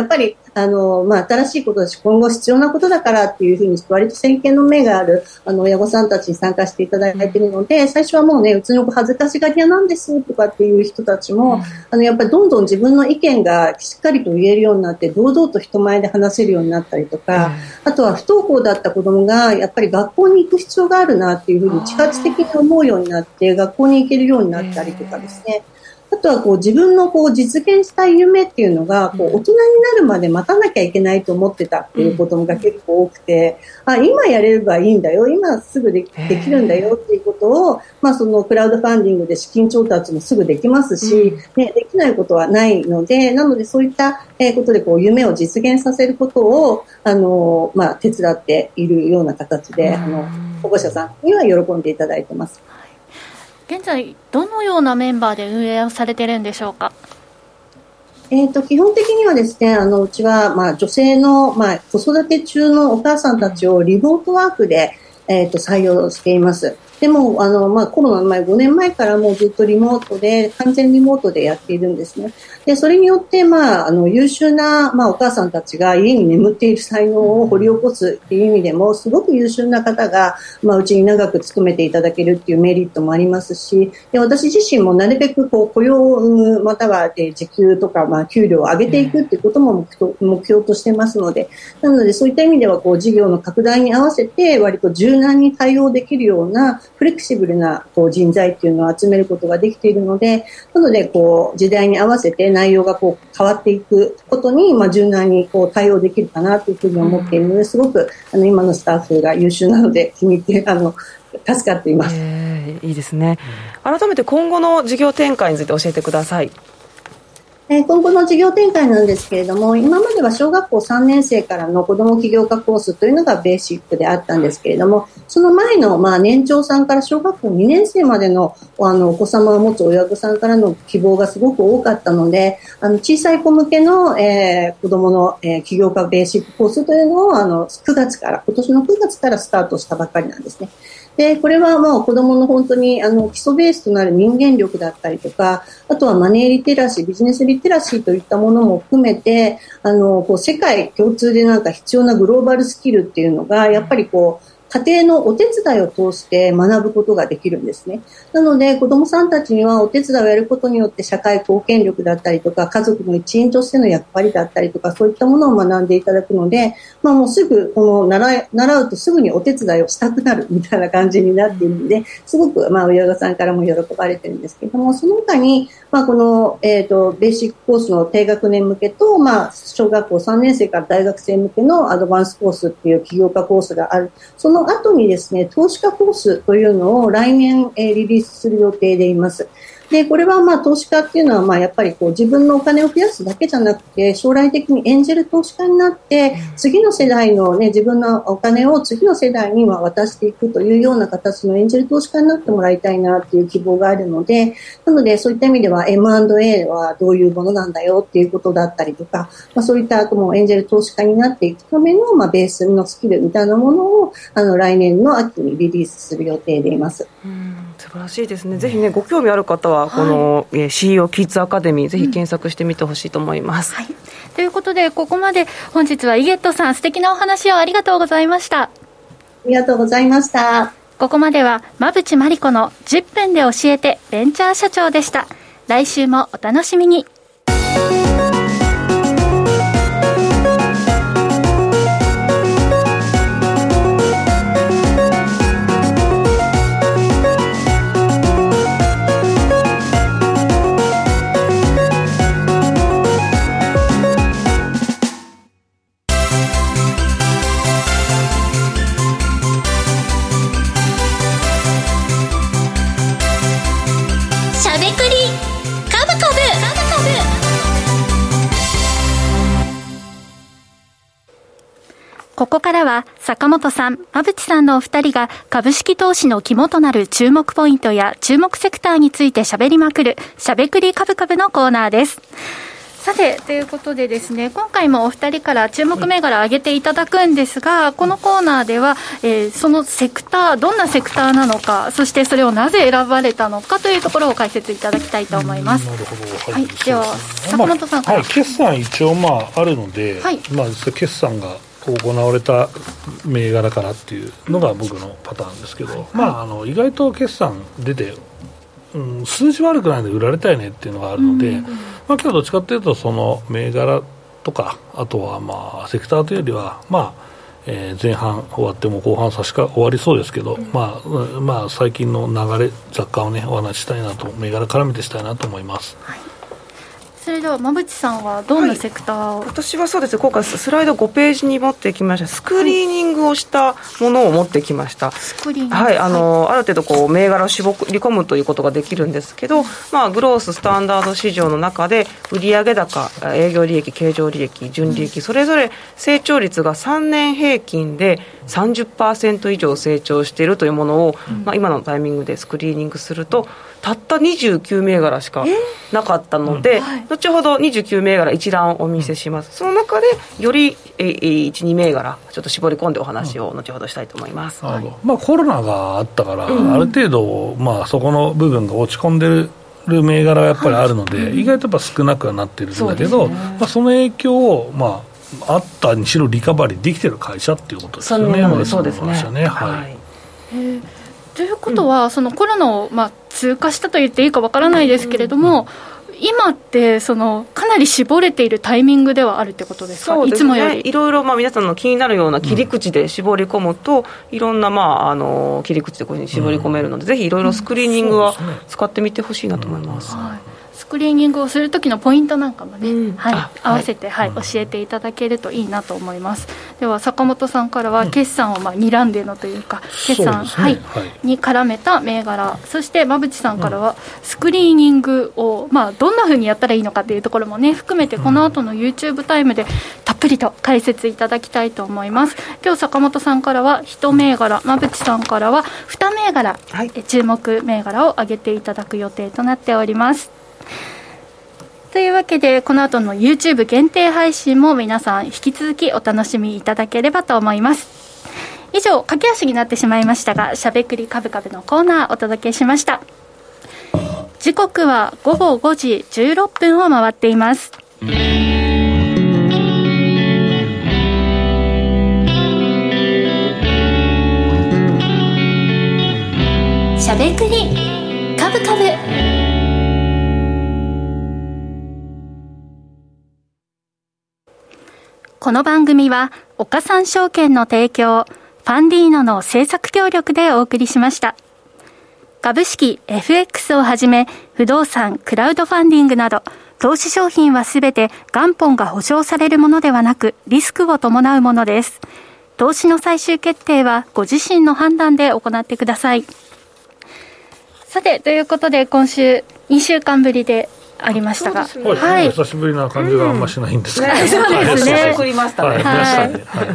あの、まあ、新しいことだし今後必要なことだからっていうふうに割と先見の目があるあの親御さんたちに参加していただいているので、最初はもうね、うちの子恥ずかしがり屋なんですとかっていう人たちも、うん、あのやっぱりどんどん自分の意見がしっかりと言えるようになって堂々と人前で話せるようになったりとか、うん、あとは不登校だった子供がやっぱり学校に行く必要があるなっていうふうに自発的に思うようになって学校に行けるようになったりとかですね、あとはこう自分のこう実現したい夢っていうのがこう大人になるまで待たなきゃいけないと思ってたっていうことが結構多くて、あ、今やれればいいんだよ、今すぐで き, できるんだよっていうことを、まあ、そのクラウドファンディングで資金調達もすぐできますし、ね、できないことはないので、なのでそういったことでこう夢を実現させることをあの、まあ、手伝っているような形で、あの保護者さんには喜んでいただいてます。 現在どのようなメンバーで運営をされているんでしょうか。 えーと、基本的にはですね、あのうちは、まあ、女性の、まあ、子育て中のお母さんたちをリモートワークで、えーと、採用しています。でもあの、まあ、コロナの前ごねんまえからもうずっとリモートで完全リモートでやっているんですね。でそれによって、まあ、あの優秀な、まあ、お母さんたちが家に眠っている才能を掘り起こすという意味でもすごく優秀な方が、まあ、うちに長く勤めていただけるというメリットもありますし、で私自身もなるべくこう雇用を生むまたは時給とか、まあ、給料を上げていくということも目標、目標としてますので、なのでそういった意味ではこう事業の拡大に合わせて割と柔軟に対応できるようなフレキシブルなこう人材っていうのを集めることができているので、なのでこう時代に合わせて内容がこう変わっていくことに、まあ、柔軟にこう対応できるかなというふうに思っているので、すごくあの今のスタッフが優秀なので気に入ってあの助かっています。 えー、いいですね。改めて今後の事業展開について教えてください。 今後の事業展開なんですけれども、今までは小学校さんねん生からの子ども起業家コースというのがベーシックであったんですけれども、その前のまあ年長さんから小学校にねん生まで の, あのお子様を持つ親御さんからの希望がすごく多かったので、あの小さい子向けの、えー、子どもの、えー、起業家ベーシックコースというのをあのくがつから今年のくがつからスタートしたばかりなんですね。でこれはもう子どもの本当にあの基礎ベースとなる人間力だったりとか、あとはマネーリテラシー、ビジネスリテラシーといったものも含めて、あのこう世界共通でなんか必要なグローバルスキルっていうのがやっぱりこう家庭のお手伝いを通して学ぶことができるんですね。なので子どもさんたちにはお手伝いをやることによって社会貢献力だったりとか家族の一員としての役割だったりとかそういったものを学んでいただくので、まあ、もうすぐこの 習い、習うとすぐにお手伝いをしたくなるみたいな感じになっているので、すごくまあ親御さんからも喜ばれているんですけれども、その他にまあこの、えーと、ベーシックコースの低学年向けと、まあ、小学校さんねん生から大学生向けのアドバンスコースっていう起業家コースがある。その後にですね、投資家コースというのを来年、えー、リリースする予定でいます。でこれはまあ投資家っていうのはまあやっぱりこう自分のお金を増やすだけじゃなくて、将来的にエンジェル投資家になって次の世代の、ね、自分のお金を次の世代に渡していくというような形のエンジェル投資家になってもらいたいなという希望があるので、なのでそういった意味では エムアンドエー はどういうものなんだよっていうことだったりとか、まあ、そういったもうエンジェル投資家になっていくためのまあベースのスキルみたいなものをあの来年の秋にリリースする予定でいます。 うん、素晴らしいですね。ぜひね、ご興味ある方はこの、はい、シーイーオー キッズアカデミーぜひ検索してみてほしいと思います、 うんはい、ということでここまで本日はイゲットさん素敵なお話をありがとうございました。 ありがとうございました。 ここまでは馬淵真理子のじゅっぷんで教えてベンチャー社長でした。来週もお楽しみに。ここからは坂本さん、馬淵さんのお二人が株式投資の肝となる注目ポイントや注目セクターについて喋りまくるしゃべくりカブカブのコーナーです。 さてということでですね、今回もお二人から注目銘柄挙げていただくんですが、このコーナーでは、えー、そのセクターどんなセクターなのか、そしてそれをなぜ選ばれたのかというところを解説いただきたいと思います。 なるほど、 はい、はい、では坂本さんから、 まあはい、決算一応まああるので、はい、まあ、決算が行われた銘柄からっていうのが僕のパターンですけど、はい、まあ、あの意外と決算出て、うん、数字悪くないので売られたいねっていうのがあるので、うん、まあ、今日どっちかというとその銘柄とか、あとはまあセクターというよりは、まあえー、前半終わっても後半差しか終わりそうですけど、うん、まあまあ、最近の流れ雑貨をねお話ししたいなと、銘柄絡めてしたいなと思います。はい、 それでは馬淵さんはどんなセクターを、 はい、私はそうですね、今回スライドごページに持ってきました。スクリーニングをしたものを持ってきました。 スクリーニング、 はい、あの、はい、ある程度こう銘柄を絞り込むということができるんですけど、まあ、グローススタンダード市場の中で売上高、営業利益、経常利益、純利益、うん、それぞれ成長率がさんねん平均で さんじゅっパーセント 以上成長しているというものを、うん、まあ、今のタイミングでスクリーニングするとたったにじゅうきゅう銘柄しかなかったので、えーはい、後ほどにじゅうきゅう銘柄一覧お見せします。その中でよりいち、に銘柄ちょっと絞り込んでお話を後ほどしたいと思います。 うん、はい、まあ、コロナがあったから、うん、ある程度、まあ、そこの部分が落ち込んでる銘柄がやっぱりあるので、はい、意外とやっぱ少なくはなってるんだけど、そ、ね、まあ、その影響を、まあ、あったにしろリカバリーできてる会社っていうことですよね。 そうですね、 ね、はい、 はい、えーということは、うん、そのコロナを、まあ、通過したと言っていいかわからないですけれども、うん、今ってそのかなり絞れているタイミングではあるってことですか。 そうですね、 いつもよりいろいろ、まあ、皆さんの気になるような切り口で絞り込むと、うん、いろんな、まあ、あの切り口でこういうふうに絞り込めるので、うん、ぜひいろいろスクリーニングは使ってみてほしいなと思います。 うん、はい、スクリーニングをするときのポイントなんかもね、うん、はい、合わせて、はい、教えていただけるといいなと思います。では坂本さんからは決算をまあ睨んでのというか、うん、決算、ね、はい、はい、に絡めた銘柄、そして馬淵さんからはスクリーニングを、まあ、どんな風にやったらいいのかというところもね含めて、この後の YouTube タイムでたっぷりと解説いただきたいと思います。今日坂本さんからはいち銘柄、馬淵さんからはに銘柄、はい、注目銘柄を挙げていただく予定となっております。というわけで、この後の YouTube 限定配信も皆さん引き続きお楽しみいただければと思います。以上、駆け足になってしまいましたが、しゃべくりカブカブのコーナーお届けしました。時刻は午後ごじじゅうろっぷんを回っています。しゃべくりカブカブ。この番組は岡三証券の提供、ファンディーノの制作協力でお送りしました。株式 エフエックス をはじめ不動産、クラウドファンディングなど投資商品はすべて元本が保証されるものではなく、リスクを伴うものです。投資の最終決定はご自身の判断で行ってください。さて、ということで今週にしゅうかんぶりでありましたが、 ね、はい、久しぶりな感じがあんましないんですけど、 うん、そうですね、 送りましたね、はいはい、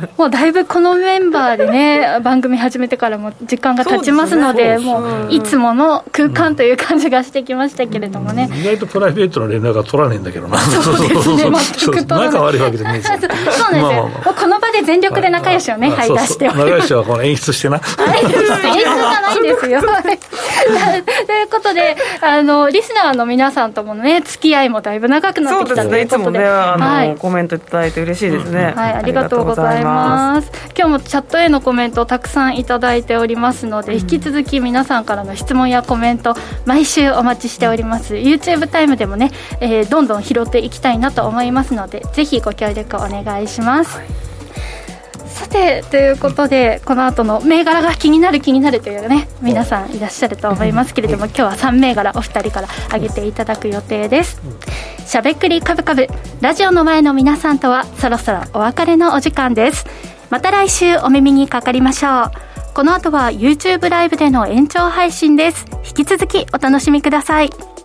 もうだいぶこのメンバーでね番組始めてからも時間が経ちますの で, で、ね、もういつもの空間という感じがしてきましたけれどもね、 うん、意外とプライベートな連絡が取らないんだけどな。 そうですね、全く取らない。 仲悪いわけじゃないですよ。そうなんですよ、まあまあまあ、 この場で全力で仲良しをね、はい、出しております。 仲良しはこの演出してな。 演出じゃないんですよ。ということで、あのリスナーの皆さんともね付き合いもだいぶ長くなってきたということで、 そうですね、いつもね、あの、はい、コメントいただいて嬉しいですね、 うん、はい、ありがとうございます。今日もチャットへのコメントをたくさんいただいておりますので、うん、引き続き皆さんからの質問やコメント毎週お待ちしております。 YouTube タイムでもね、えー、どんどん拾っていきたいなと思いますので、ぜひご協力お願いします、はい。さて、ということでこの後の銘柄が気になる気になるというね皆さんいらっしゃると思いますけれども、今日はさん銘柄お二人から挙げていただく予定です。しゃべくりカブカブ、ラジオの前の皆さんとはそろそろお別れのお時間です。また来週お耳にかかりましょう。この後は YouTube ライブでの延長配信です。引き続きお楽しみください。